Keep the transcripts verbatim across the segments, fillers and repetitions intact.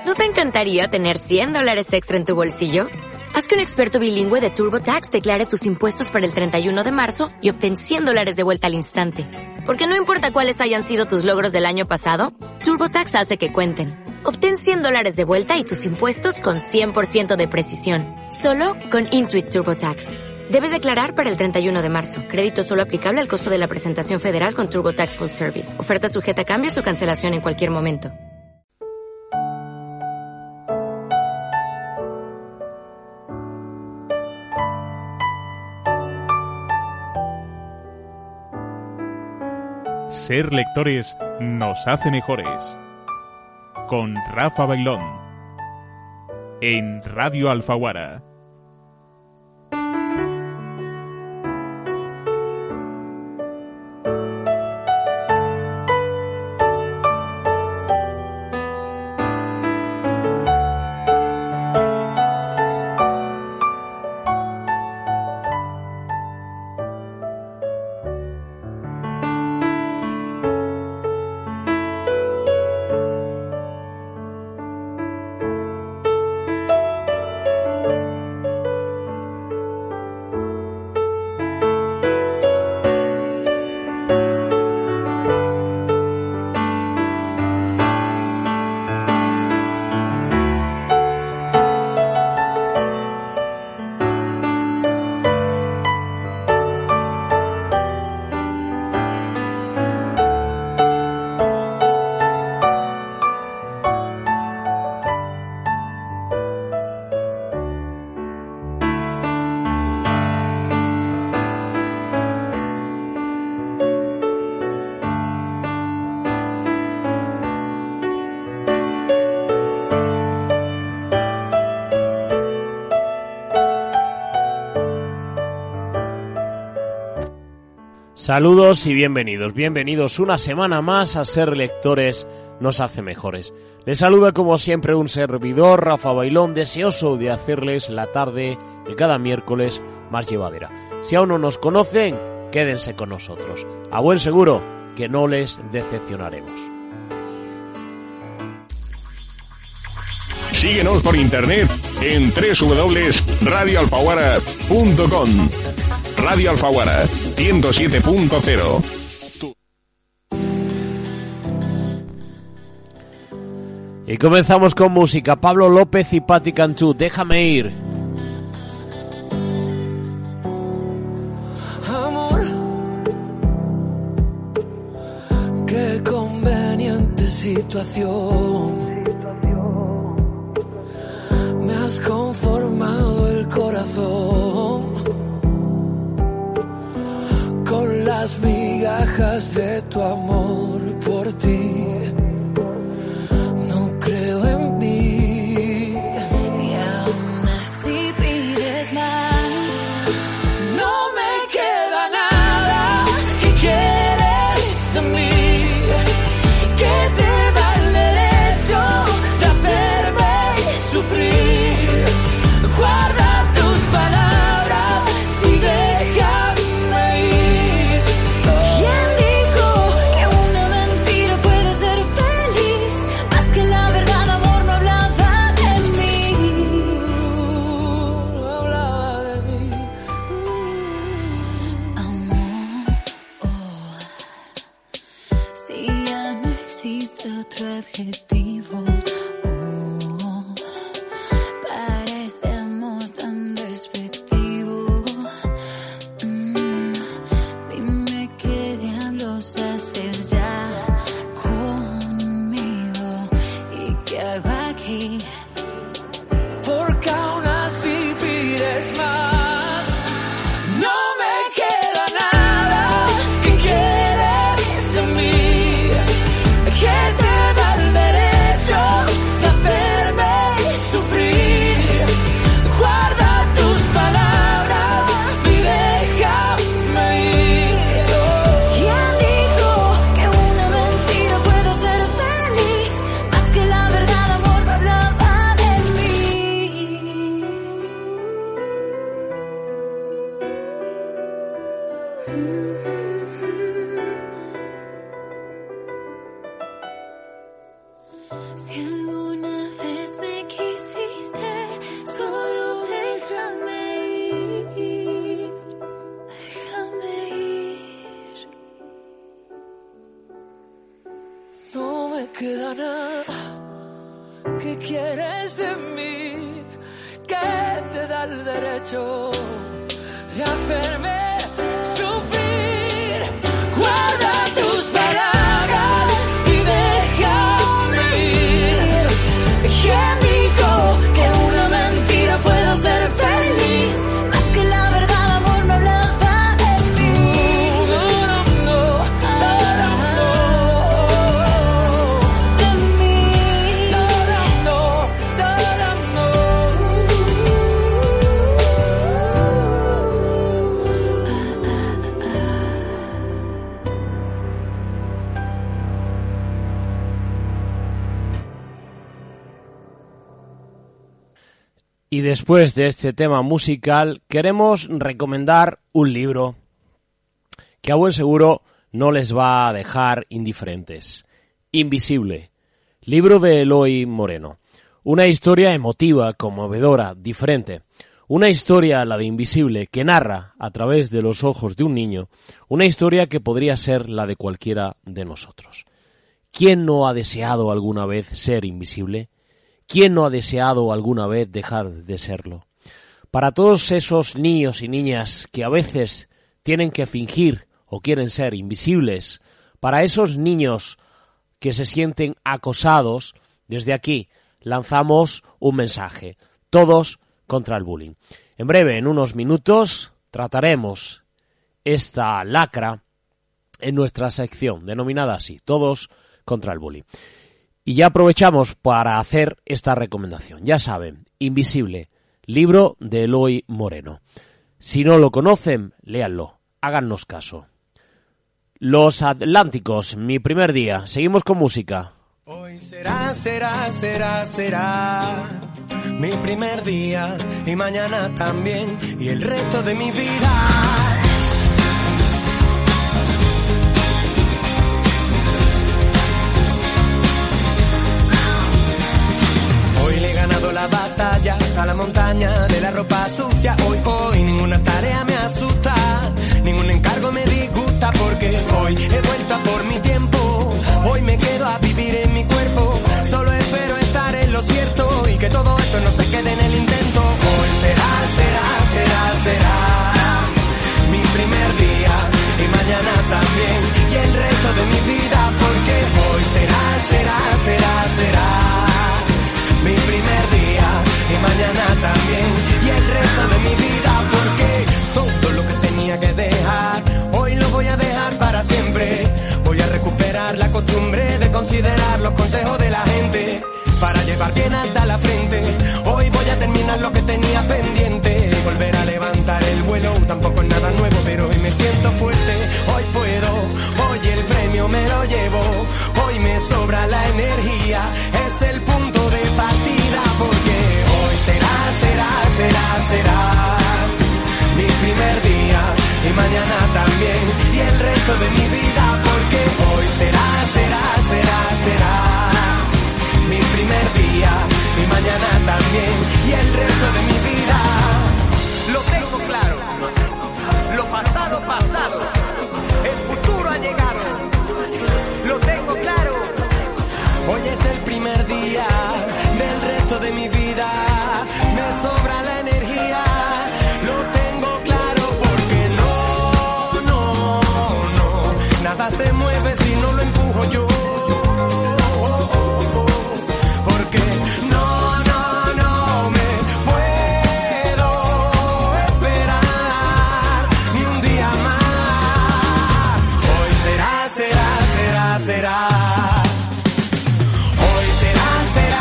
¿No te encantaría tener cien dólares extra en tu bolsillo? Haz que un experto bilingüe de TurboTax declare tus impuestos para el treinta y uno de marzo y obtén cien dólares de vuelta al instante. Porque no importa cuáles hayan sido tus logros del año pasado, TurboTax hace que cuenten. Obtén cien dólares de vuelta y tus impuestos con cien por ciento de precisión. Solo con Intuit TurboTax. Debes declarar para el treinta y uno de marzo. Crédito solo aplicable al costo de la presentación federal con TurboTax Full Service. Oferta sujeta a cambios o cancelación en cualquier momento. Ser lectores nos hace mejores. Con Rafa Bailón. En Radio Alfaguara. Saludos y bienvenidos, bienvenidos una semana más a Ser Lectores nos hace mejores. Les saluda como siempre un servidor, Rafa Bailón, deseoso de hacerles la tarde de cada miércoles más llevadera. Si aún no nos conocen, quédense con nosotros. A buen seguro que no les decepcionaremos. Síguenos por internet en doble u doble u doble u punto radio alfaguara punto com. Radio Alfaguara ciento siete punto cero. Y comenzamos con música. Pablo López y Patti Cantú, Déjame ir. Amor, qué conveniente situación. Me has conformado el corazón con las migajas de tu amor por ti. No creo en mí y aún así pides más. No me queda nada que quieres de mí, que te da el derecho de hacerme sufrir. Guarda tus palabras y déjame ir. ¿Quién dijo que una mentira puede ser feliz? Más que la verdad, amor, no hablaba de mí. No hablaba de mí. Amor, si ya no existe otro adjetivo. Oh, para este amor tan despectivo. Mm, dime qué diablos haces ya conmigo y qué hago aquí. Porque aún así pides más. No me queda nada que quieres de mí, que te da el derecho de hacerme sufrir. Guarda tus palabras y déjame ir. ¿Quién dijo que una mentira puede ser feliz? Más que la verdad, amor, no hablaba de mí. Si alguna vez mañana. ¿Qué quieres de mí? ¿Qué te da el derecho de hacerme sufrir? Guarda tus palabras y déjame ir. ¿Quién dijo que una mentira puede hacer feliz? Más que la verdad, amor, me hablaba de mí. No, no, no, no, no, de mí. No, no, no, no, no. Y después de este tema musical, queremos recomendar un libro que a buen seguro no les va a dejar indiferentes. Invisible, libro de Eloy Moreno. Una historia emotiva, conmovedora, diferente. Una historia, la de Invisible, que narra, a través de los ojos de un niño, una historia que podría ser la de cualquiera de nosotros. ¿Quién no ha deseado alguna vez ser invisible? ¿Quién no ha deseado alguna vez dejar de serlo? Para todos esos niños y niñas que a veces tienen que fingir o quieren ser invisibles, para esos niños que se sienten acosados, desde aquí lanzamos un mensaje. Todos contra el bullying. En breve, en unos minutos, trataremos esta lacra en nuestra sección, denominada así, Todos contra el bullying. Y ya aprovechamos para hacer esta recomendación. Ya saben, Invisible, libro de Eloy Moreno. Si no lo conocen, léanlo, háganos caso. Los Atlánticos, Mi primer día. Seguimos con música. Hoy será, será, será, será mi primer día y mañana también y el resto de mi vida. La batalla a la montaña de la ropa sucia. Hoy, hoy, ninguna tarea me asusta, ningún encargo me disgusta, porque hoy he vuelto a por mi tiempo. Hoy me quedo a vivir en mi cuerpo, solo espero estar en lo cierto y que todo esto no se quede en el intento. Hoy será, será, será, será mi primer día y mañana también y el resto de mi vida, porque hoy será, será, será, será mi primer día y mañana también y el resto de mi vida, porque todo lo que tenía que dejar hoy lo voy a dejar para siempre. Voy a recuperar la costumbre de considerar los consejos de la gente para llevar bien alta la frente. Hoy voy a terminar lo que tenía pendiente, volver a levantar el vuelo. Tampoco es nada nuevo, pero hoy me siento fuerte. Hoy puedo, hoy el premio me lo llevo. Hoy me sobra la energía, es el punto de partida, porque hoy será, será, será, será mi primer día y mañana también y el resto de mi vida, porque hoy será, será, será, será mi primer día y mañana también y el resto de mi vida. Lo tengo claro, lo pasado, pasado, el futuro ha llegado, lo tengo claro. Hoy es el primer día del resto de mi vida, me sobra la energía, lo tengo claro, porque no, no, no, nada se mueve si no lo empujo yo, porque no, no, no me puedo esperar ni un día más. Hoy será, será, será, será. Hoy será, será.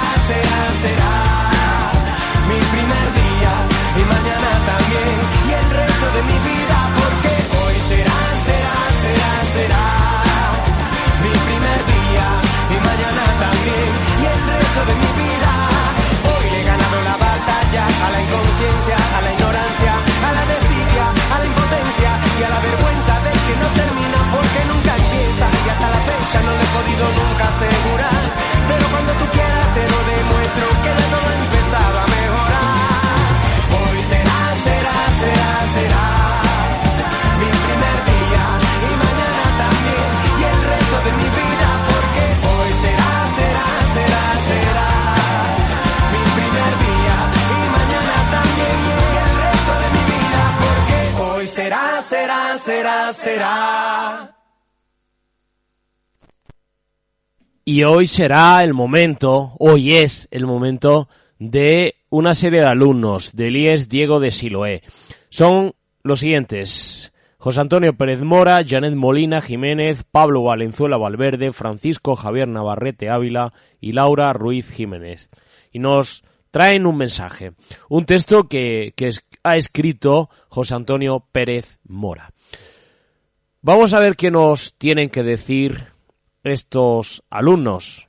será, será. Y hoy será el momento, hoy es el momento de una serie de alumnos del I E S Diego de Siloé. Son los siguientes: José Antonio Pérez Mora, Janet Molina Jiménez, Pablo Valenzuela Valverde, Francisco Javier Navarrete Ávila y Laura Ruiz Jiménez. Y nos traen un mensaje, un texto que, que es, ha escrito José Antonio Pérez Mora. Vamos a ver qué nos tienen que decir estos alumnos.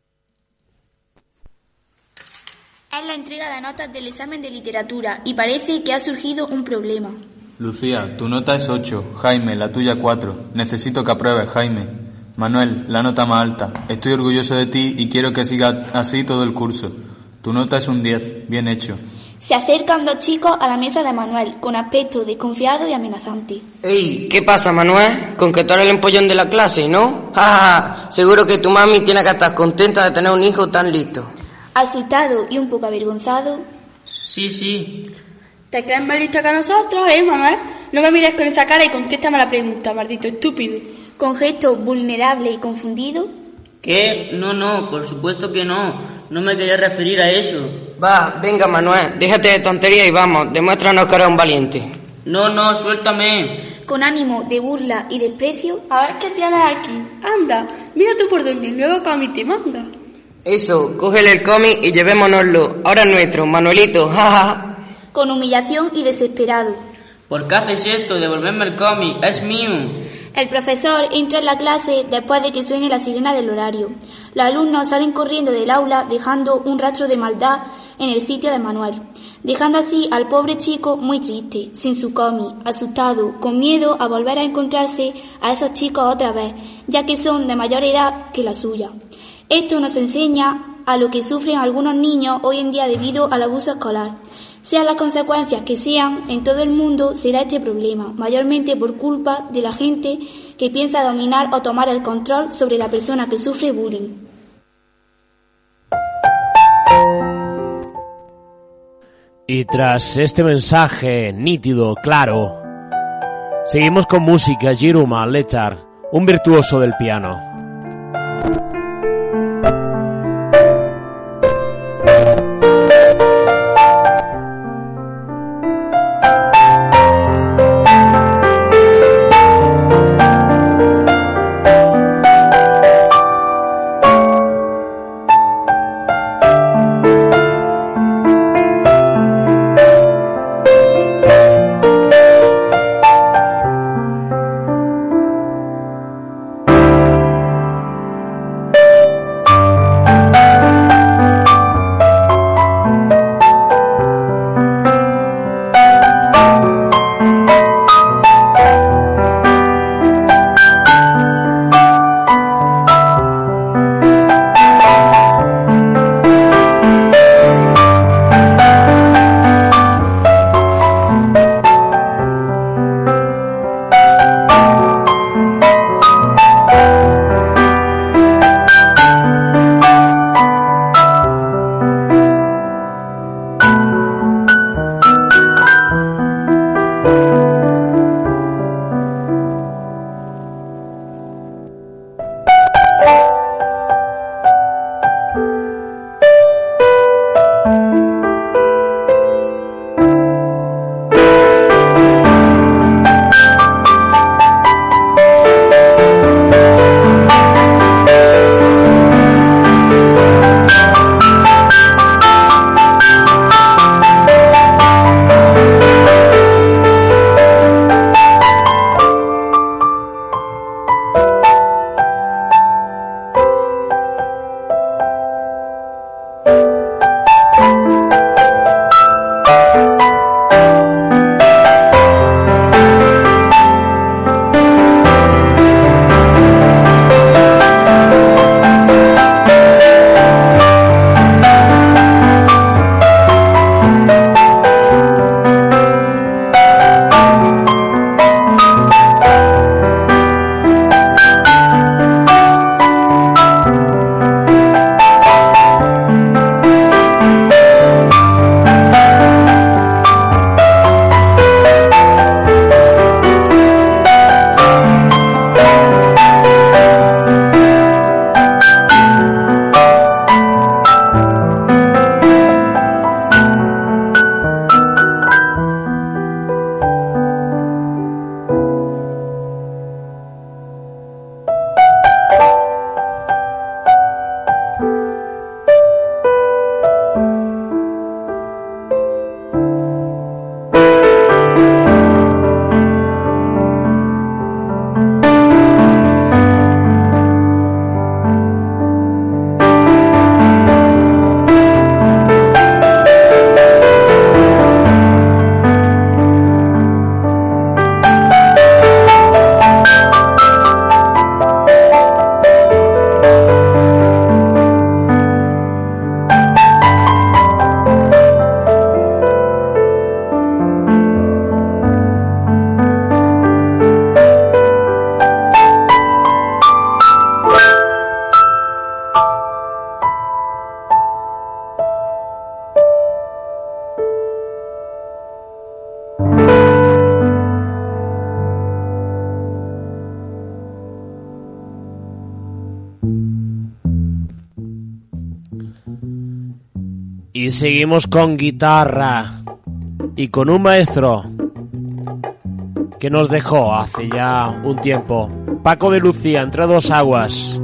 Es la entrega de notas del examen de literatura y parece que ha surgido un problema. Lucía, tu nota es ocho. Jaime, la tuya cuatro. Necesito que apruebes, Jaime. Manuel, la nota más alta. Estoy orgulloso de ti y quiero que siga así todo el curso. Tu nota es un diez. Bien hecho. Se acercan dos chicos a la mesa de Manuel con aspecto desconfiado y amenazante. Ey, ¿qué pasa, Manuel? Con que tú eres el empollón de la clase, ¿no? Ja, ja, ja. Seguro que tu mami tiene que estar contenta de tener un hijo tan listo. Asustado y un poco avergonzado. Sí, sí. ¿Te crees más listo que nosotros, eh, Manuel? No me mires con esa cara y contéstame la pregunta, maldito estúpido. Con gesto vulnerable y confundido. ¿Qué? No, no, por supuesto que no. No me quería referir a eso. Va, venga, Manuel, déjate de tontería y vamos, demuéstranos que eres un valiente. No, no, suéltame. Con ánimo de burla y desprecio. A ver qué tienes aquí. Anda, mira tú por donde el nuevo cómic te manda. Eso, cógele el cómic y llevémonoslo. Ahora es nuestro, Manuelito, jaja. Con humillación y desesperado. ¿Por qué haces esto? Devolverme el cómic, es mío. El profesor entra en la clase después de que suene la sirena del horario. Los alumnos salen corriendo del aula dejando un rastro de maldad en el sitio de Manuel, dejando así al pobre chico muy triste, sin su cómic, asustado, con miedo a volver a encontrarse a esos chicos otra vez, ya que son de mayor edad que la suya. Esto nos enseña a lo que sufren algunos niños hoy en día debido al abuso escolar. Sean las consecuencias que sean, en todo el mundo será este problema, mayormente por culpa de la gente que piensa dominar o tomar el control sobre la persona que sufre bullying. Y tras este mensaje nítido, claro, seguimos con música. Jiruma Lechar, un virtuoso del piano. Y seguimos con guitarra y con un maestro que nos dejó hace ya un tiempo, Paco de Lucía, Entre dos aguas.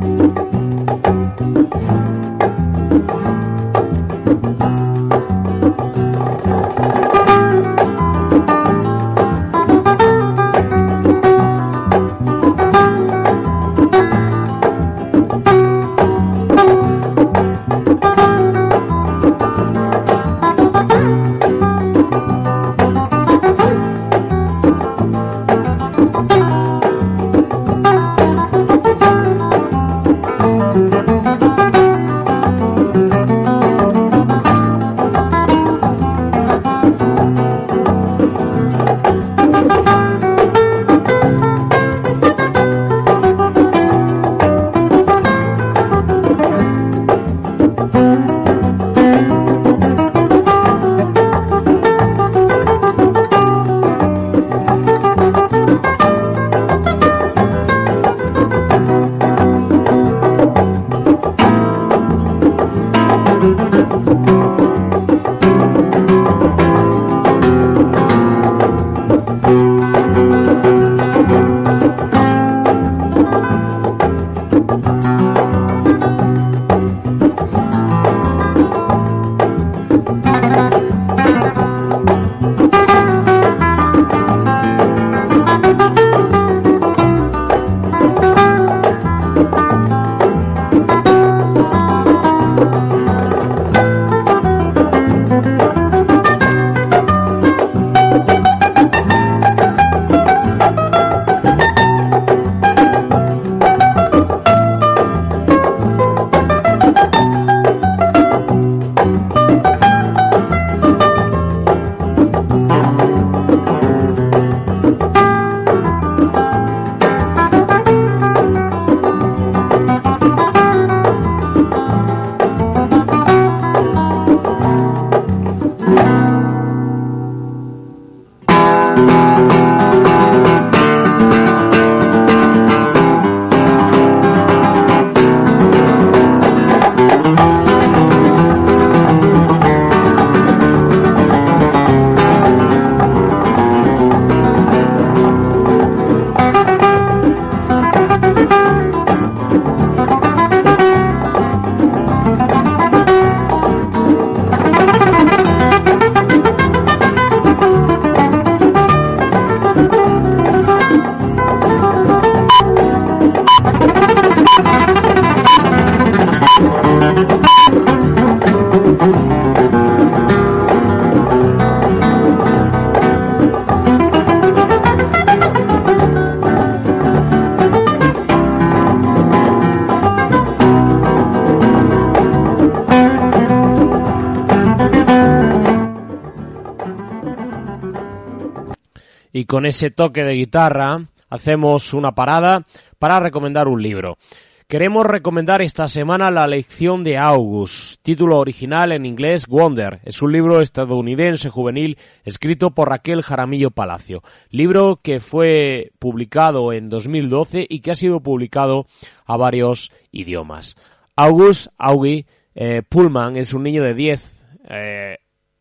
Y con ese toque de guitarra hacemos una parada para recomendar un libro. Queremos recomendar esta semana La lección de August, título original en inglés Wonder. Es un libro estadounidense juvenil escrito por Raquel Jaramillo Palacio. Libro que fue publicado en dos mil doce y que ha sido publicado a varios idiomas. August, Augie, eh, Pullman es un niño de diez, eh,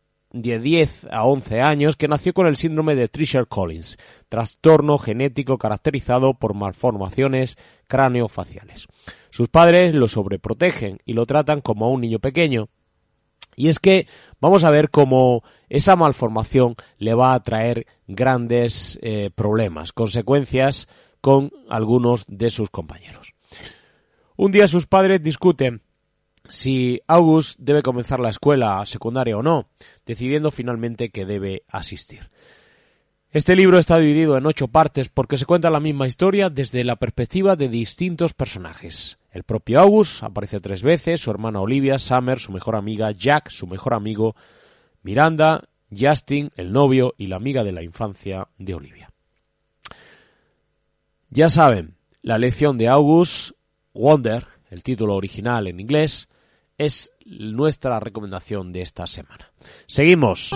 de diez a once años que nació con el síndrome de Treacher-Collins, trastorno genético caracterizado por malformaciones craneofaciales. Sus padres lo sobreprotegen y lo tratan como a un niño pequeño. Y es que vamos a ver cómo esa malformación le va a traer grandes eh, problemas, consecuencias con algunos de sus compañeros. Un día sus padres discuten si August debe comenzar la escuela secundaria o no, decidiendo finalmente que debe asistir. Este libro está dividido en ocho partes porque se cuenta la misma historia desde la perspectiva de distintos personajes. El propio August aparece tres veces, su hermana Olivia, Summer, su mejor amiga, Jack, su mejor amigo, Miranda, Justin, el novio y la amiga de la infancia de Olivia. Ya saben, la lección de August, Wonder, el título original en inglés, es nuestra recomendación de esta semana. Seguimos.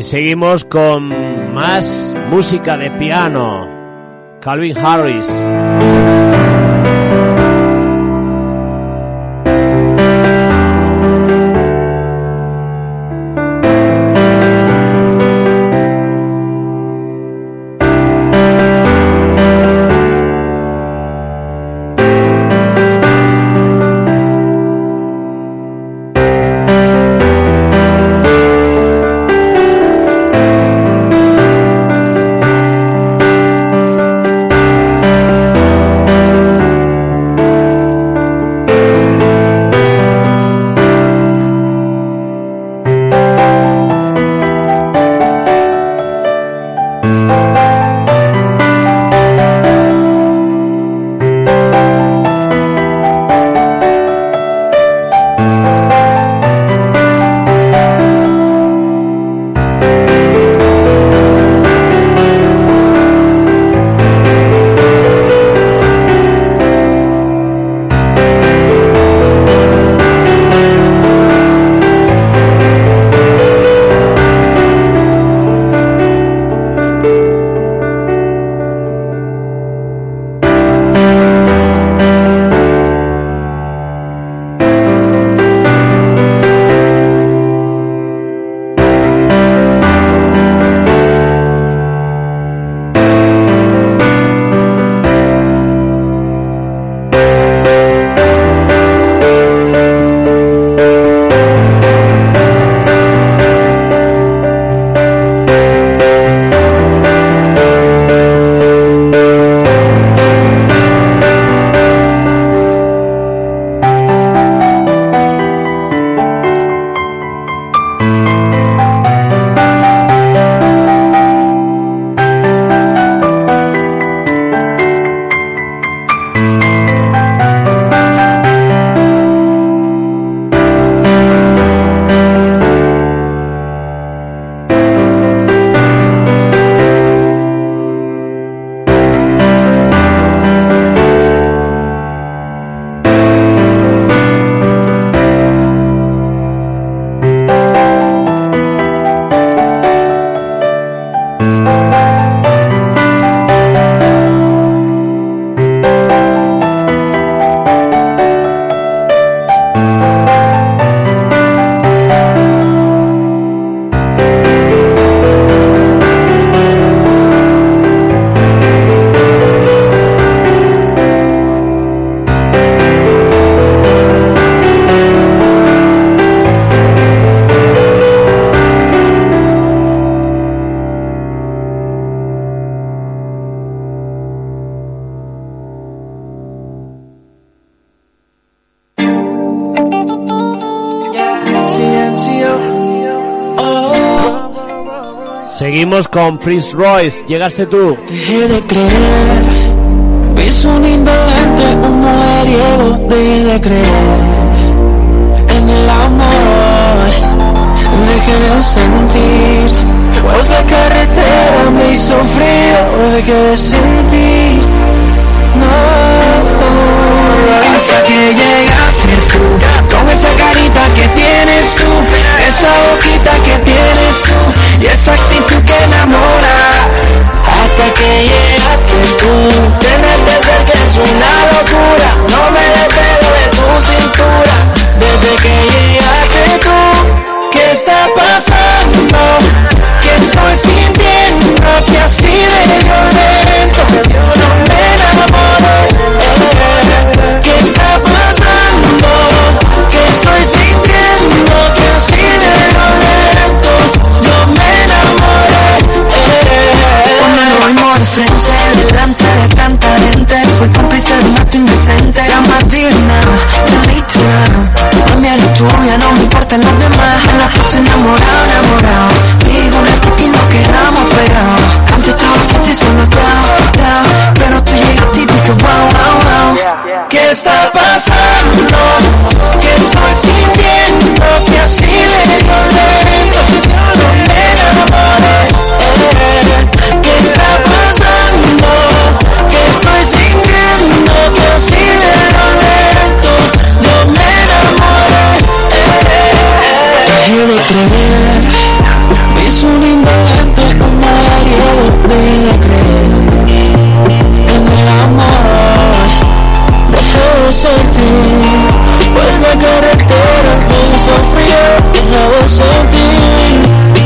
seguimos con más música de piano. Calvin Harris. Seguimos con Prince Royce. Llegaste tú. Dejé de creer, vi un indolente, un mujeriego. Dejé de creer en el amor, dejé de sentir, pues la carretera me hizo frío. Dejé de sentir, no. Hasta que llegaste tú, con esa carita que tienes tú, esa boquita que tienes tú, y esa actitud que enamora. Hasta que llegaste tú, tenerte cerca es una locura. No me despego de tu cintura. Desde que llegaste tú, ¿qué está pasando? ¿Qué estoy sintiendo? Que así de violento no me enamoré. ¿Qué está pasando? sin ti.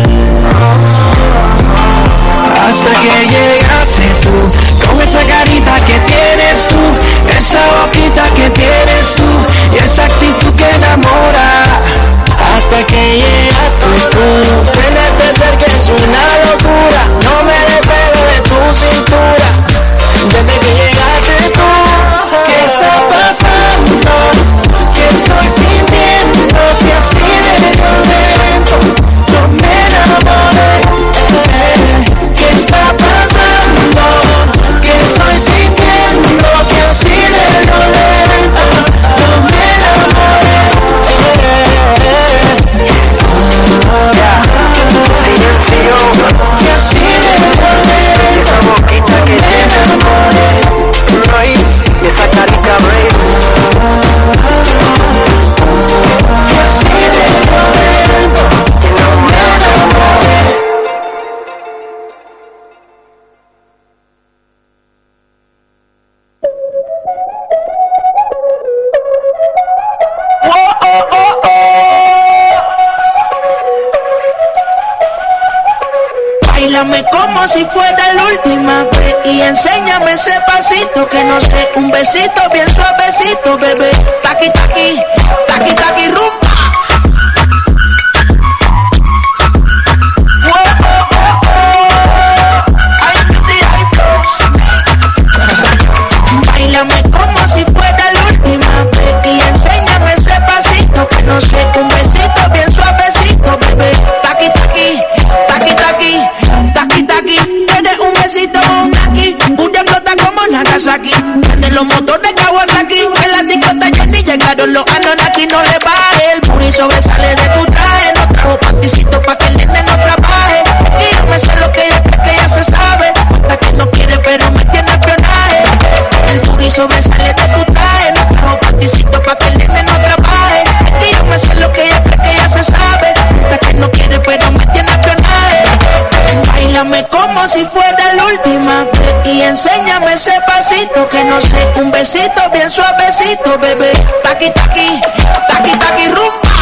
Hasta que llegaste tú, con esa carita que tienes tú, esa boquita que tienes tú, y esa actitud que enamora. Hasta que llegaste tú, tenerte cerca es una locura, no me despego de tu cintura. Desde que llegaste tú, ¿qué está pasando? ¿Qué estoy sintiendo? Que así de violento no me enamoré. ¿Qué está pasando? ¿Qué estoy sintiendo? Que así de violento no me enamoré. Que así de violento esa boquita que te enamoré. Royce y esa carita brave. Que así de violento que no me enamoré. Báilame como si fuera la última vez y enséñame ese pasito que no sé, un besito bien suavecito, bebé. Taqui taqui, taqui taqui rumba. Oh, oh, oh, oh. Ay, beauty, ay, flows. Báilame como si fuera la última vez y enséñame ese pasito que no sé, un besito bien suavecito, bebé. Taqui taqui, taqui taqui. Taki taki, tienes un besito un aquí, una explota como Nagasaki. Prende los motores Kawasaki, en la discota ya ni llegaron los Anunnaki. No le baje, el puri sobresale de tu traje. No trajo panticito pa' que el nene no trabaje. Y yo me sé lo que ella cree que ya se sabe. Hasta que no quiere pero me tiene espionaje. El puri sobresale de tu traje. No trajo panticito pa' que el nene no trabaje. Y yo me sé lo que ella cree que ya se sabe. Hasta que no quiere pero me tiene espionaje. Báilame como si fuera la última vez y enséñame ese pasito que no sé, un besito bien suavecito, bebé. Taqui taqui, taqui taqui rumba.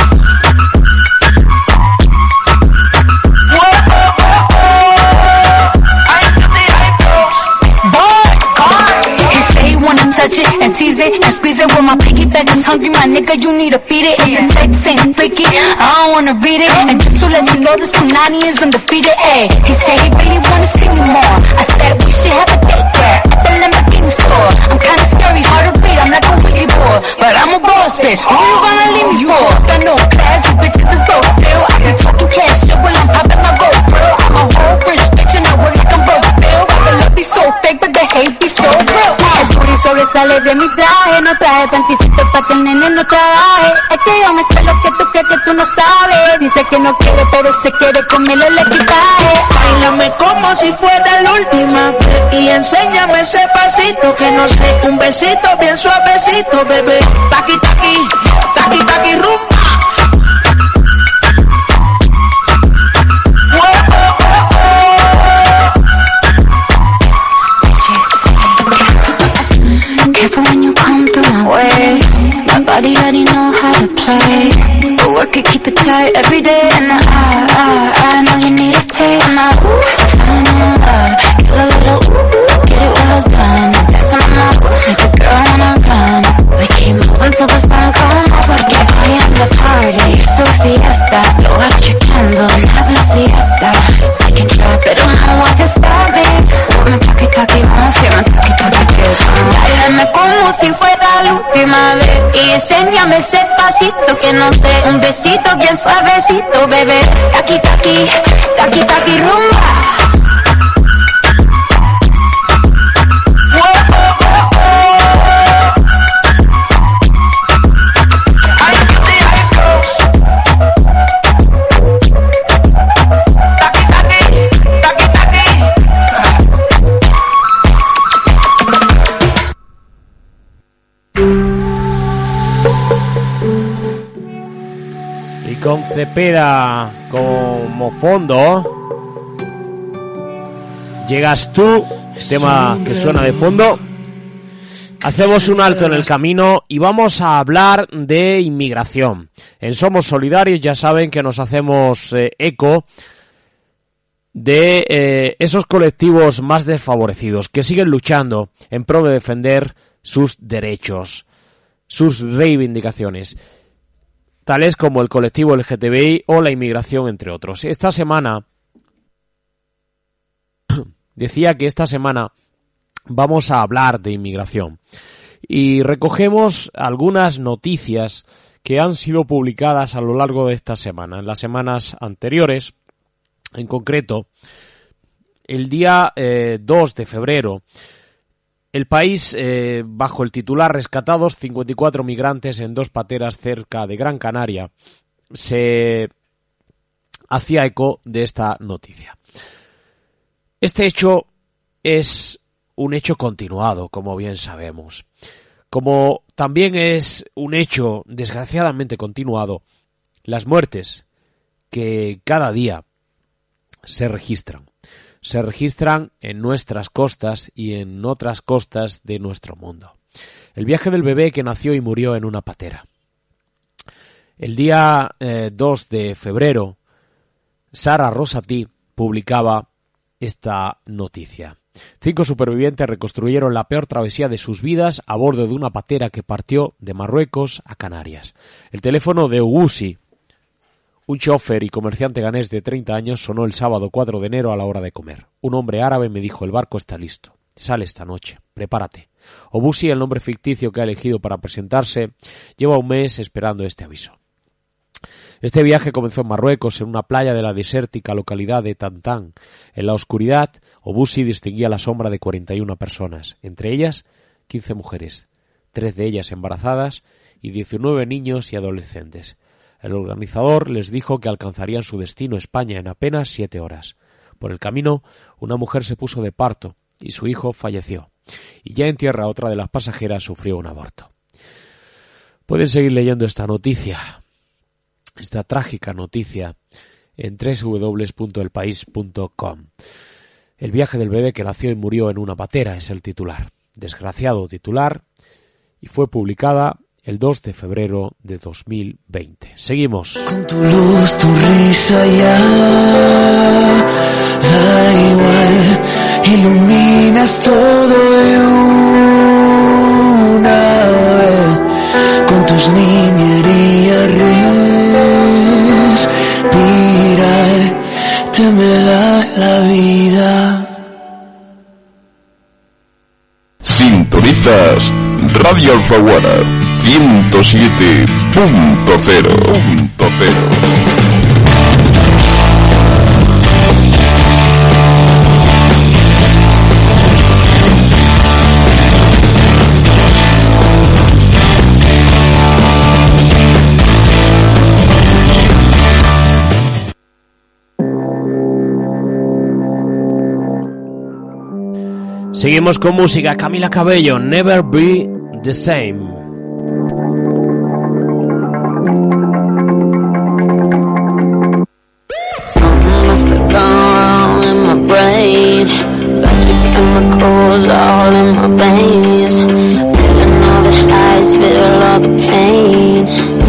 Oh, oh, oh, oh. Ay, beauty, ay, flows. Boy, boy. He say he wanna touch it and tease it and squeeze it. When my piggyback is hungry, my nigga, you need to feed it. If the text ain't freaky, I don't wanna read it. And just to let you know, this Punani is undefeated. Ay, he said he really wanna see me more. I said we should have a date there at the Lamborghini store. I'm kinda scary, hard to read, I'm like a Ouija board, but I'm a boss bitch. Who you gonna leave me for? Got no class, you bitches is broke still. I be talking cash shit while I'm popping my gold bro. I'm a whole rich bitch and I work like I'm broke still. But the love be so fake, but the hate be so real. El puri sobresale de mi traje, no traje panticito pa' que el nene no trabaje. Es que yo me sé lo que tú crees que tú no sabes. Dice que no quiere, pero se quiere comerlo el equipaje. Báilame como si fuera la última vez y enséñame ese pasito que no sé, un besito bien suavecito, bebé. Taqui taqui, taqui taqui rumba. Oh, oh, oh, oh. Careful when you come through my way. My body already know how to play. But work it, keep it tight every day. And I, I, I know you need a taste. And I, ooh, I'm in love. Give a little ooh, get it well done. That's on my ooh, make a girl wanna run. We keep moving till the sun comes up. Porque hoy en the party, it's a fiesta. Blow out your candles, have a siesta. We can try, pero no one can stop me. Me toque, toque, vamos a hacer un toque, toque, báilame como si fuera la última vez y enséñame ese pasito que no sé, un besito bien suavecito, bebé. Taqui, taqui, taqui, taqui, rumba. Con Cepeda como fondo, Llegas tú, tema que suena de fondo. Hacemos un alto en el camino y vamos a hablar de inmigración. En Somos Solidarios ya saben que nos hacemos eh, eco de eh, esos colectivos más desfavorecidos que siguen luchando en pro de defender sus derechos, sus reivindicaciones, tales como el colectivo L G T B I o la inmigración, entre otros. Esta semana, decía que esta semana vamos a hablar de inmigración y recogemos algunas noticias que han sido publicadas a lo largo de esta semana. En las semanas anteriores, en concreto, el día eh, dos de febrero, El País, eh, bajo el titular "Rescatados cincuenta y cuatro migrantes en dos pateras cerca de Gran Canaria", se hacía eco de esta noticia. Este hecho es un hecho continuado, como bien sabemos. Como también es un hecho desgraciadamente continuado las muertes que cada día se registran. Se registran en nuestras costas y en otras costas de nuestro mundo. El viaje del bebé que nació y murió en una patera. El día eh, dos de febrero, Sara Rosati publicaba esta noticia. Cinco supervivientes reconstruyeron la peor travesía de sus vidas a bordo de una patera que partió de Marruecos a Canarias. El teléfono de Ugusi, un chofer y comerciante ganés de treinta años, sonó el sábado cuatro de enero a la hora de comer. Un hombre árabe me dijo: "El barco está listo. Sale esta noche. Prepárate". Obusi, el nombre ficticio que ha elegido para presentarse, lleva un mes esperando este aviso. Este viaje comenzó en Marruecos, en una playa de la desértica localidad de Tantán. En la oscuridad, Obusi distinguía la sombra de cuarenta y una personas, entre ellas quince mujeres, tres de ellas embarazadas y diecinueve niños y adolescentes. El organizador les dijo que alcanzarían su destino, España, en apenas siete horas. Por el camino, una mujer se puso de parto y su hijo falleció. Y ya en tierra, otra de las pasajeras sufrió un aborto. Pueden seguir leyendo esta noticia, esta trágica noticia, en doble u doble u doble u punto el país punto com. El viaje del bebé que nació y murió en una patera es el titular. Desgraciado titular, y fue publicada el dos de febrero de dos mil veinte. Seguimos. Con tu luz, tu risa ya da igual, iluminas todo de una vez. Con tus niñerías respirar te me da la vida. Sintonizas Radio Alfaguara ciento siete punto cero. Seguimos con música. Camila Cabello, Never Be the Same. Something must have gone wrong in my brain. Got your chemicals all in my veins. Feeling all the highs, feel all the pain.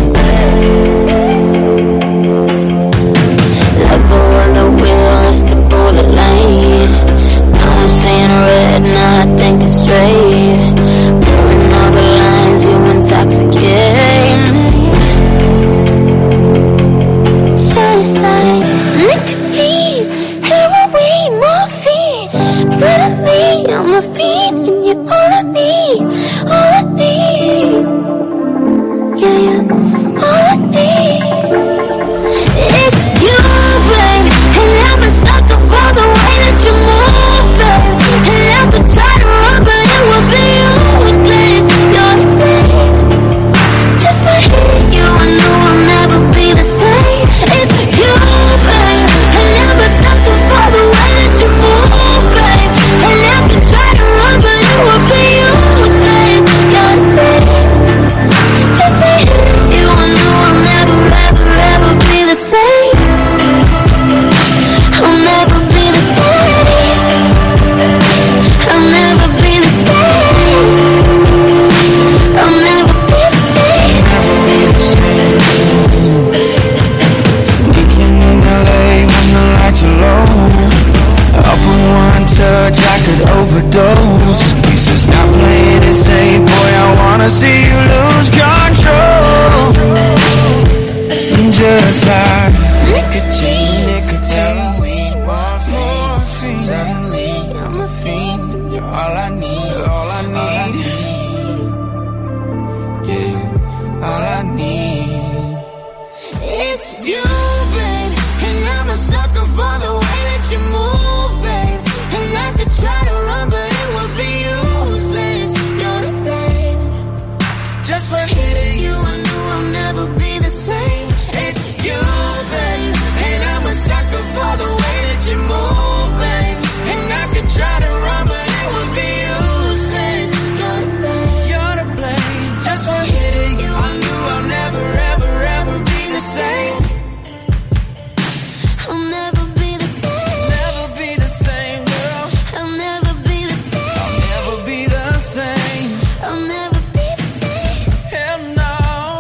Let go of the wheel, it's the bullet lane. Now I'm seeing red, now I think it's straight. Blurring all the lines inside. Nicotine, nicotine, weed, morphine. Suddenly I'm a fiend. You're all I need, all I need. Yeah, all I need. It's you, babe, and I'm a sucker for the way that you move, babe. And I could try to run, but it would be useless. You're the babe. Just for hitting you, I knew I'll never be the same. It's you, babe, and I'm a sucker for the way that you move, babe. And I could try to run, but it would be useless. You're the babe. You're the blame. Just for hitting you, I knew I'll never, ever, ever be the same. I'll never be the same. Never be the same, girl. I'll never be the same. I'll never be the same. I'll never be the same. Hell no.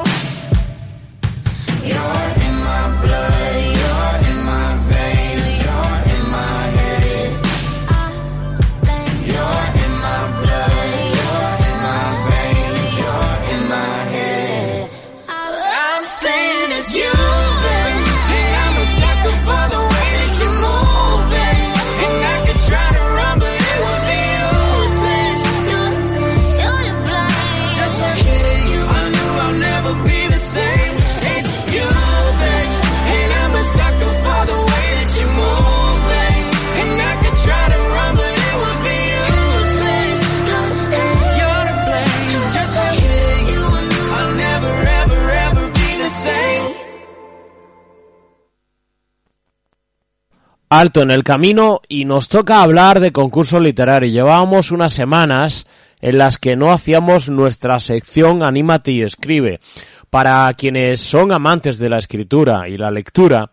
You're in my blood, you're in my veins, you're in my head. You're in my blood, you're in my veins, you're in my head. I'm saying it's You, babe, and I'm a sucker for the way that you move, babe. And I could try to run, but it would be useless. You're the blame, you're the blame. Just for hitting you, I knew I'll never be the same. It's you, babe, and I'm a sucker for the way that you move, babe. And I could try to run, but it would be useless. You're the blame, You're to blame. Just for hitting you, I'll never, ever, ever be the same. Alto en el camino y nos toca hablar de concursos literarios. Llevábamos unas semanas en las que no hacíamos nuestra sección Anímate y escribe. Para quienes son amantes de la escritura y la lectura,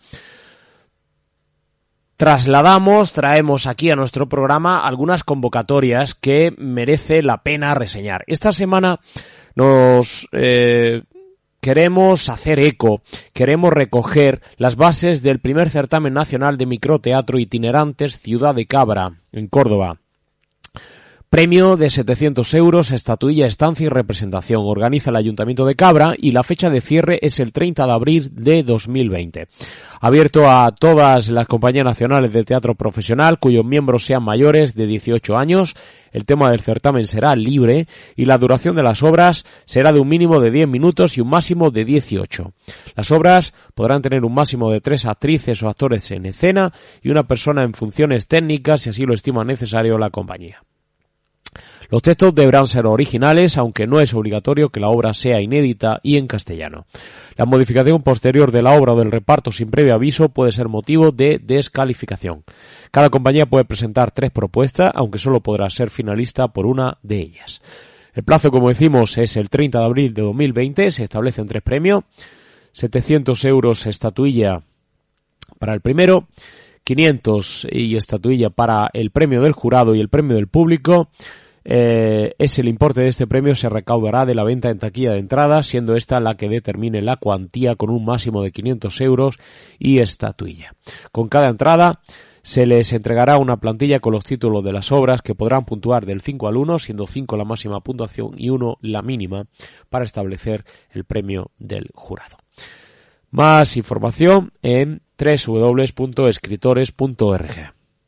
trasladamos, traemos aquí a nuestro programa algunas convocatorias que merece la pena reseñar. Esta semana nos eh, queremos hacer eco, queremos recoger las bases del primer certamen nacional de microteatro itinerantes Ciudad de Cabra, en Córdoba. Premio de setecientos euros, estatuilla, estancia y representación. Organiza el Ayuntamiento de Cabra y la fecha de cierre es el treinta de abril de dos mil veinte. Abierto a todas las compañías nacionales de teatro profesional cuyos miembros sean mayores de dieciocho años. El tema del certamen será libre y la duración de las obras será de un mínimo de diez minutos y un máximo de dieciocho. Las obras podrán tener un máximo de tres actrices o actores en escena y una persona en funciones técnicas si así lo estima necesario la compañía. Los textos deberán ser originales, aunque no es obligatorio que la obra sea inédita y en castellano. La modificación posterior de la obra o del reparto sin previo aviso puede ser motivo de descalificación. Cada compañía puede presentar tres propuestas, aunque solo podrá ser finalista por una de ellas. El plazo, como decimos, es el treinta de abril de dos mil veinte. Se establecen tres premios. setecientos euros estatuilla para el primero, quinientos y estatuilla para el premio del jurado y el premio del público. Eh, es el importe de este premio se recaudará de la venta en taquilla de entrada, siendo esta la que determine la cuantía con un máximo de quinientos euros y estatuilla. Con cada entrada se les entregará una plantilla con los títulos de las obras que podrán puntuar del cinco al uno, siendo cinco la máxima puntuación y uno la mínima para establecer el premio del jurado. Más información en doble u doble u doble u punto escritores punto org.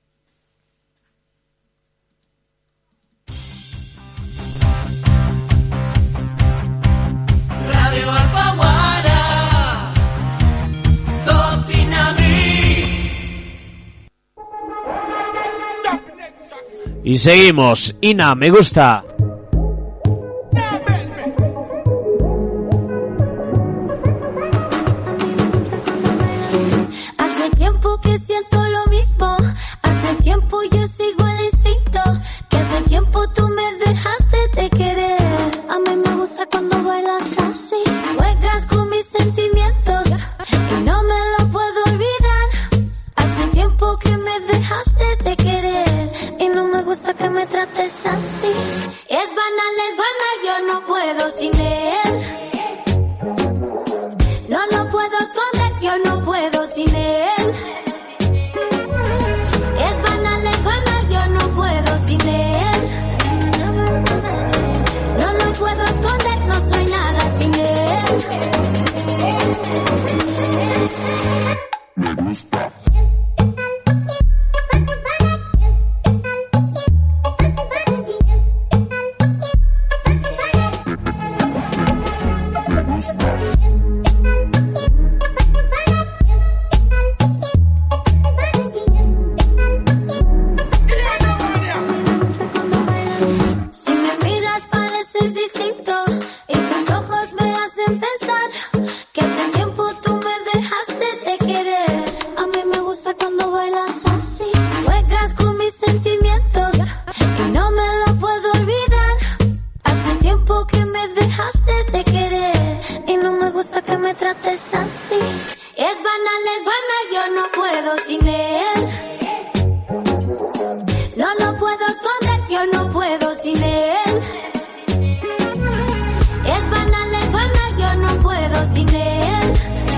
Radio Alfaguara, Y seguimos. Ina, me gusta. Hace tiempo que siento lo mismo. Hace tiempo yo sigo el instinto. Que hace tiempo tú me dejaste de querer. A mí me gusta cuando bailas así. Juegas con mis sentimientos y no me lo puedo olvidar. Hace tiempo que me dejaste de querer y no me gusta que me trates así. Es banal, es banal, yo no puedo sin él. No lo puedo esconder, yo no puedo sin él. Es banal, es banal, yo no puedo sin él. No lo puedo esconder, no soy nada sin él. trates así. Es banal, es banal, yo no puedo sin él. No lo puedo esconder, yo no puedo sin él. Es banal, es banal, yo no puedo sin él.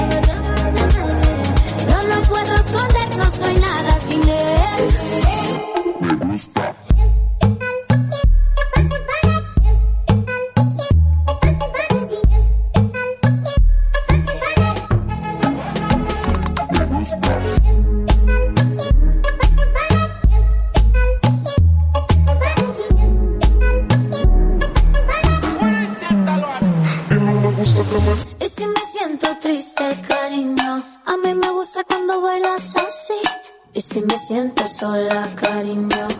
No lo puedo esconder, no soy nada sin él. Me gusta. Y si me siento triste, cariño, a mí me gusta cuando bailas así. Y si me siento sola, cariño,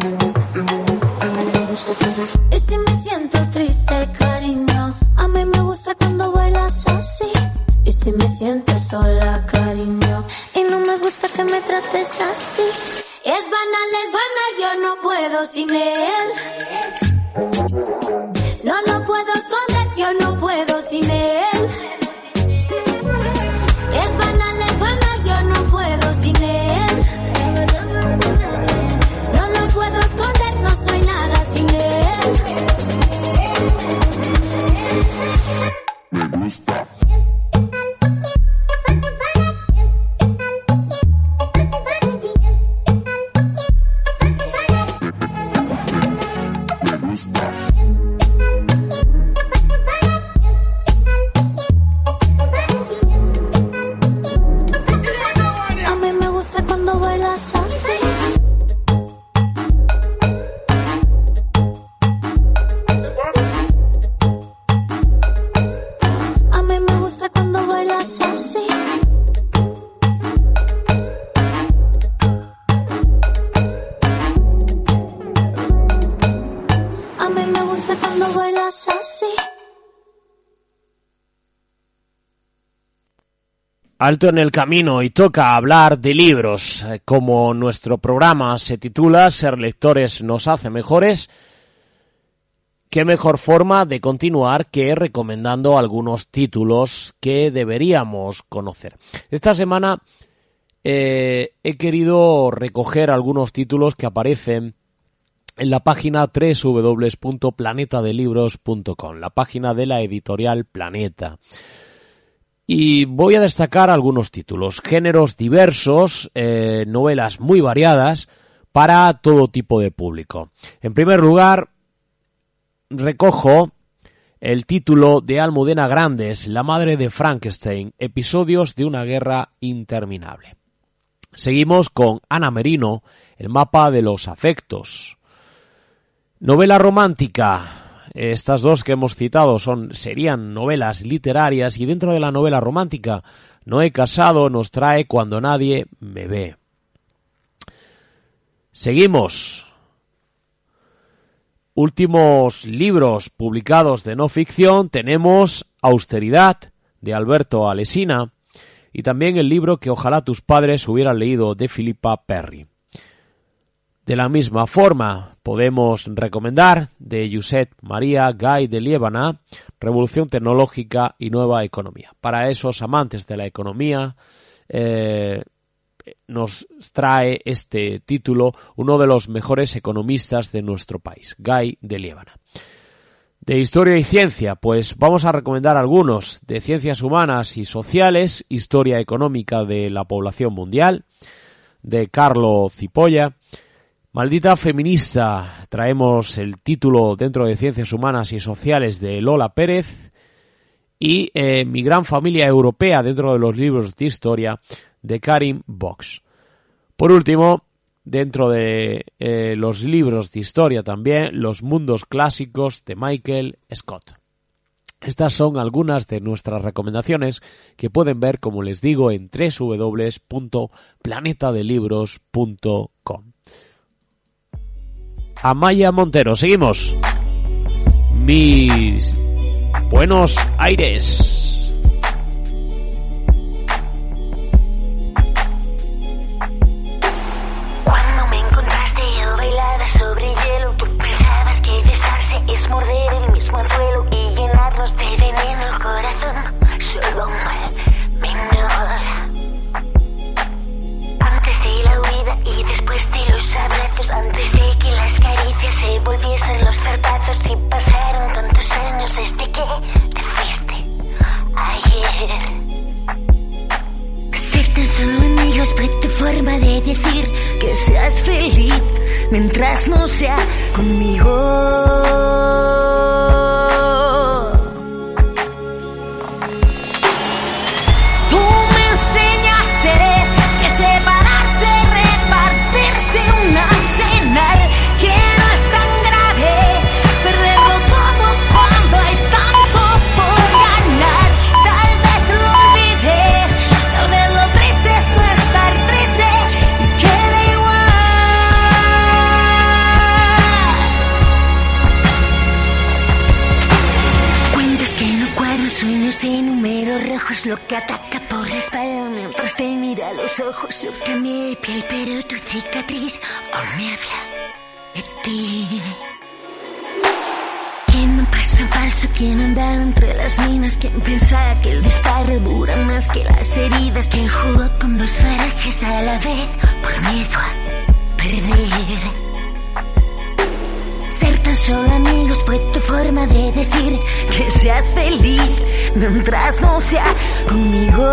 y si me siento triste, cariño, a mí me gusta cuando bailas así. Y si me siento sola, cariño, y no me gusta que me trates así. Es banal, es banal, yo no puedo sin él. No lo puedo esconder, yo no puedo sin él. Es banal, es banal, yo no puedo sin él. No lo puedo esconder, no soy nada sin él. Me gusta. Me gusta. Cuando bailas así. A mí me gusta cuando bailas así. A mí me gusta cuando bailas así. Alto en el camino y toca hablar de libros. Como nuestro programa se titula Ser lectores nos hace mejores, qué mejor forma de continuar que recomendando algunos títulos que deberíamos conocer. Esta semana eh, he querido recoger algunos títulos que aparecen en la página doble u doble u doble u punto planeta de libros punto com, la página de la editorial Planeta. Y voy a destacar algunos títulos, géneros diversos, eh, novelas muy variadas para todo tipo de público. En primer lugar, recojo el título de Almudena Grandes, La madre de Frankenstein, episodios de una guerra interminable. Seguimos con Ana Merino, El mapa de los afectos. Novela romántica. Estas dos que hemos citado son, serían novelas literarias, y dentro de la novela romántica, Noé Casado nos trae Cuando nadie me ve. Seguimos. Últimos libros publicados de no ficción, tenemos Austeridad, de Alberto Alesina, y también el libro que ojalá tus padres hubieran leído, de Philippa Perry. De la misma forma, podemos recomendar de Josep María Gay de Liébana, Revolución tecnológica y nueva economía. Para esos amantes de la economía, eh, nos trae este título uno de los mejores economistas de nuestro país, Gay de Liébana. De historia y ciencia, pues vamos a recomendar algunos. De ciencias humanas y sociales, Historia económica de la población mundial, de Carlo Cipolla. Maldita feminista, traemos el título dentro de Ciencias Humanas y Sociales de Lola Pérez, y eh, Mi gran familia europea dentro de los libros de historia de Karin Box. Por último, dentro de eh, los libros de historia también, Los mundos clásicos de Michael Scott. Estas son algunas de nuestras recomendaciones que pueden ver, como les digo, en doble u doble u doble u punto planeta de libros punto com. Amaya Montero, seguimos. Mis Buenos Aires. Cuando me encontraste yo bailaba sobre hielo, tú pensabas que besarse es morder el mismo anzuelo y llenarnos de veneno el corazón. Solo un mal amigos fue tu forma de decir que seas feliz mientras no sea conmigo. Sueños y números rojos, lo que ataca por la espalda mientras te mira a los ojos. Yo cambié de piel, pero tu cicatriz aún me habla de ti. ¿Quién no pasa falso? ¿Quién anda entre las minas? ¿Quién pensaba que el disparo dura más que las heridas? ¿Quién jugó con dos farajes a la vez por miedo a perder? Ser tan solo amigos fue tu forma de decir que seas feliz mientras no sea conmigo.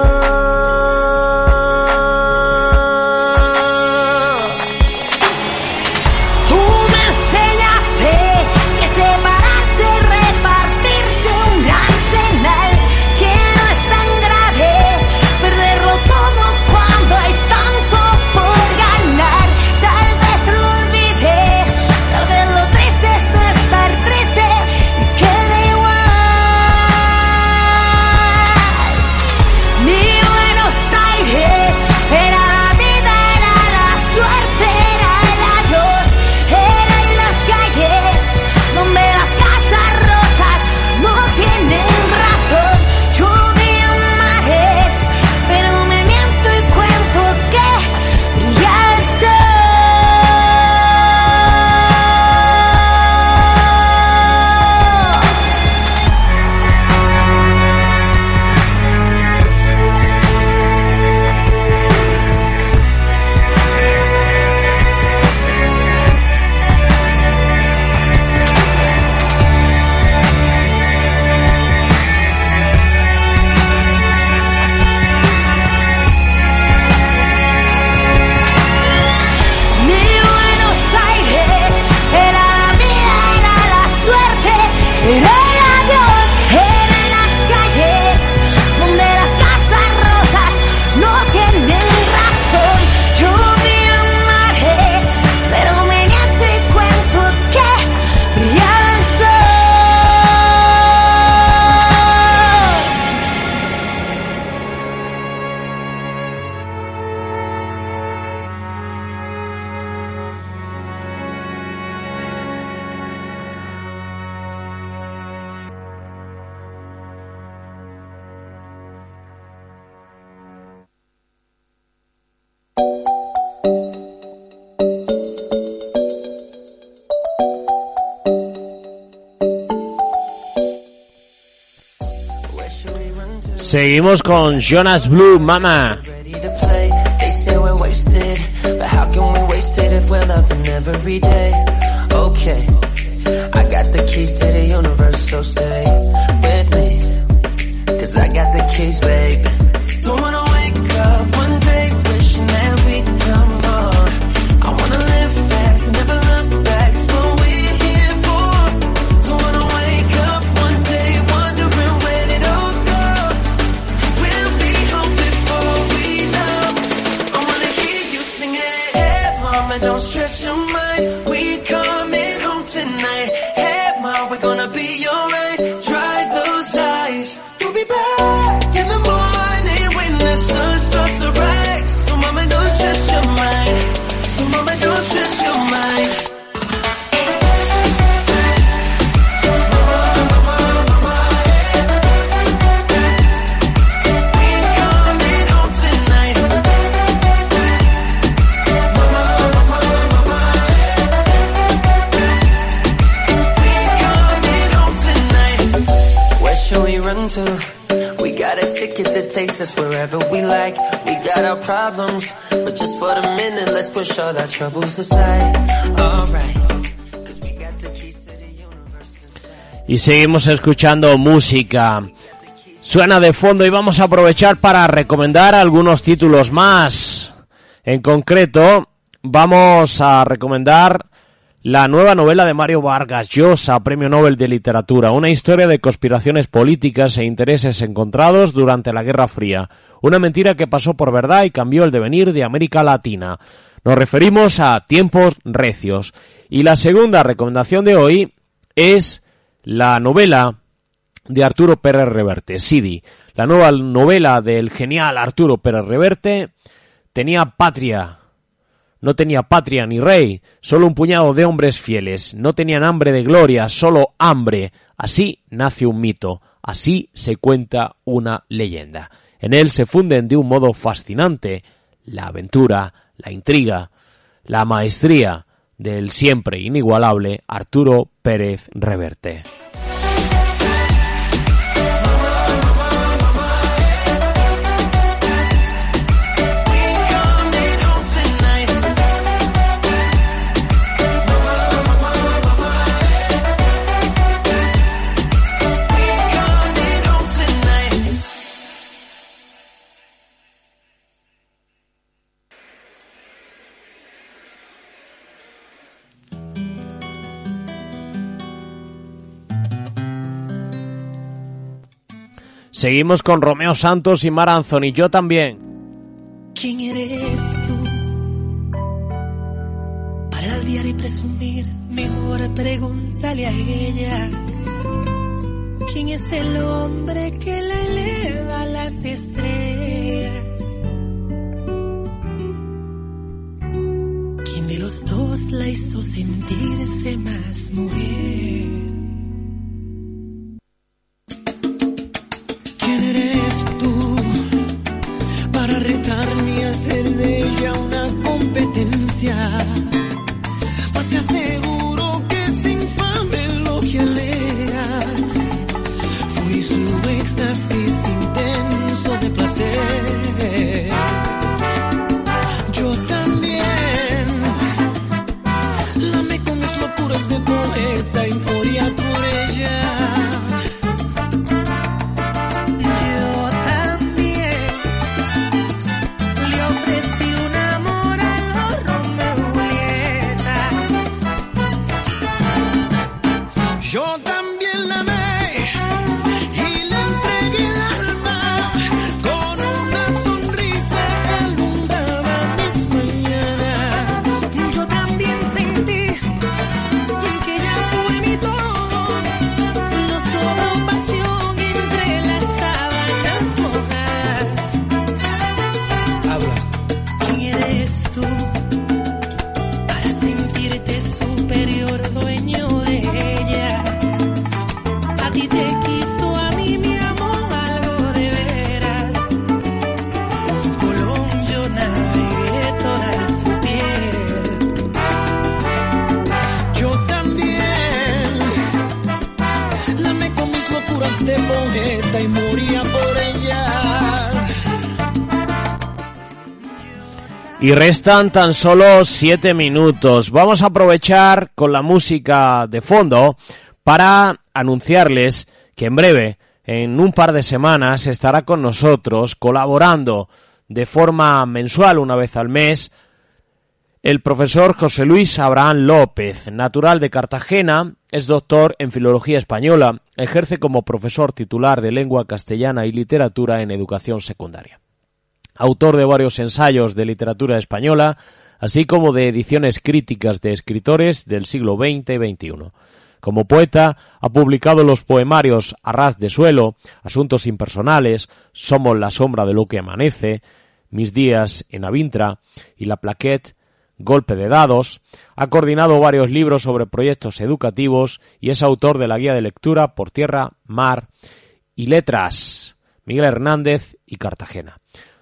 Seguimos con Jonas Blue, Mama. Okay, I got the keys to the universe, so stay with me, cause I got the keys, babe. Don't wanna wake up one day wishing that we'd done more. I wanna live fast and never look back, so we're here for. Don't wanna wake up one day wondering where it all go, cause we'll be home before we know. I wanna hear you sing it. Hey mama, don't stress your mind, we coming home tonight. Hey mom, we're gonna be alright. Dry those eyes, you'll be back in the morning when the sun starts to rise. So mama, don't stress your mind. So mama, don't stress your mind. We got a ticket that takes us wherever we like. We got our problems, but just for the minute, let's push all our troubles aside. Alright. Y seguimos escuchando música. Suena de fondo y vamos a aprovechar para recomendar algunos títulos más. En concreto, vamos a recomendar la nueva novela de Mario Vargas Llosa, Premio Nobel de Literatura, una historia de conspiraciones políticas e intereses encontrados durante la Guerra Fría, una mentira que pasó por verdad y cambió el devenir de América Latina. Nos referimos a Tiempos Recios. Y la segunda recomendación de hoy es la novela de Arturo Pérez Reverte, Sidi. La nueva novela del genial Arturo Pérez Reverte tenía patria. No tenía patria ni rey, solo un puñado de hombres fieles. No tenían hambre de gloria, solo hambre. Así nace un mito, así se cuenta una leyenda. En él se funden de un modo fascinante la aventura, la intriga, la maestría del siempre inigualable Arturo Pérez Reverte. Seguimos con Romeo Santos y Mar Anthony, Yo También. ¿Quién eres tú? Para aldear y presumir, mejor pregúntale a ella. ¿Quién es el hombre que la eleva a las estrellas? ¿Quién de los dos la hizo sentirse más mujer? ¿Quién eres tú para retarme y hacer de ella una competencia? Pues te aseguro que es infame lo que alegas. Fui su éxtasis intenso de placer. Yo también la amé con mis locuras de poeta y moría por ella. Yo también la amé y le entregué el alma, con una sonrisa que alumbraba mis mañanas. Yo también sentí que ella fue mi todo, no sobró pasión entre las sábanas mojadas. Habla. ¿Quién eres tú para sentirte superior, dueño de ella? A ti te quiso, a mí me amó algo de veras. Con Colón yo navegué toda su piel. Yo también la amé con mis locuras de poeta y moría por ella. Y restan tan solo siete minutos. Vamos a aprovechar con la música de fondo para anunciarles que en breve, en un par de semanas, estará con nosotros colaborando de forma mensual, una vez al mes, el profesor José Luis Abraham López, natural de Cartagena, es doctor en Filología Española, ejerce como profesor titular de Lengua Castellana y Literatura en Educación Secundaria. Autor de varios ensayos de literatura española, así como de ediciones críticas de escritores del siglo veinte y veintiuno. Como poeta, ha publicado los poemarios A ras de suelo, Asuntos impersonales, Somos la sombra de lo que amanece, Mis días en Avintra y La plaquette, Golpe de dados. Ha coordinado varios libros sobre proyectos educativos y es autor de la guía de lectura Por tierra, mar y letras, Miguel Hernández y Cartagena.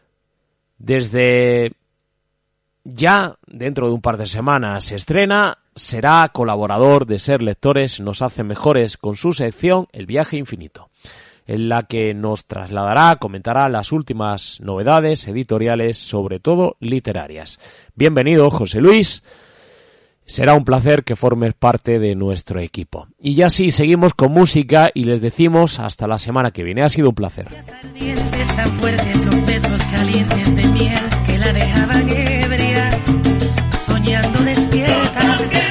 Desde ya, dentro de un par de semanas, se estrena, será colaborador de Ser Lectores Nos Hace Mejores con su sección El Viaje Infinito, en la que nos trasladará, comentará las últimas novedades editoriales, sobre todo literarias. Bienvenido, José Luis. Será un placer que formes parte de nuestro equipo. Y ya sí, seguimos con música y les decimos hasta la semana que viene. Ha sido un placer. Tan fuertes los besos calientes de miel que la dejaban ebria, soñando despierta.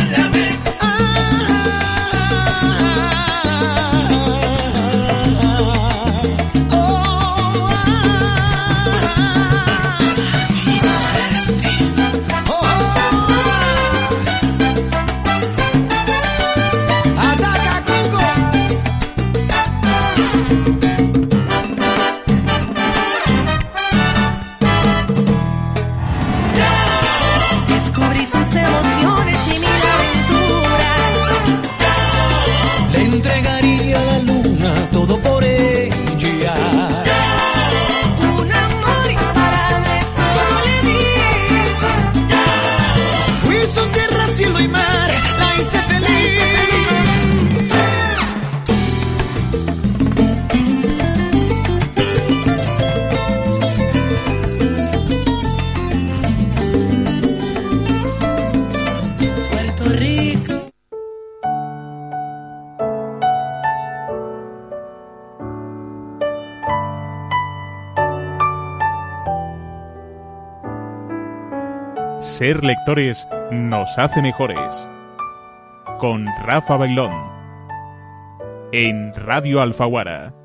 Ser lectores nos hace mejores. Con Rafa Bailón. En Radio Alfaguara.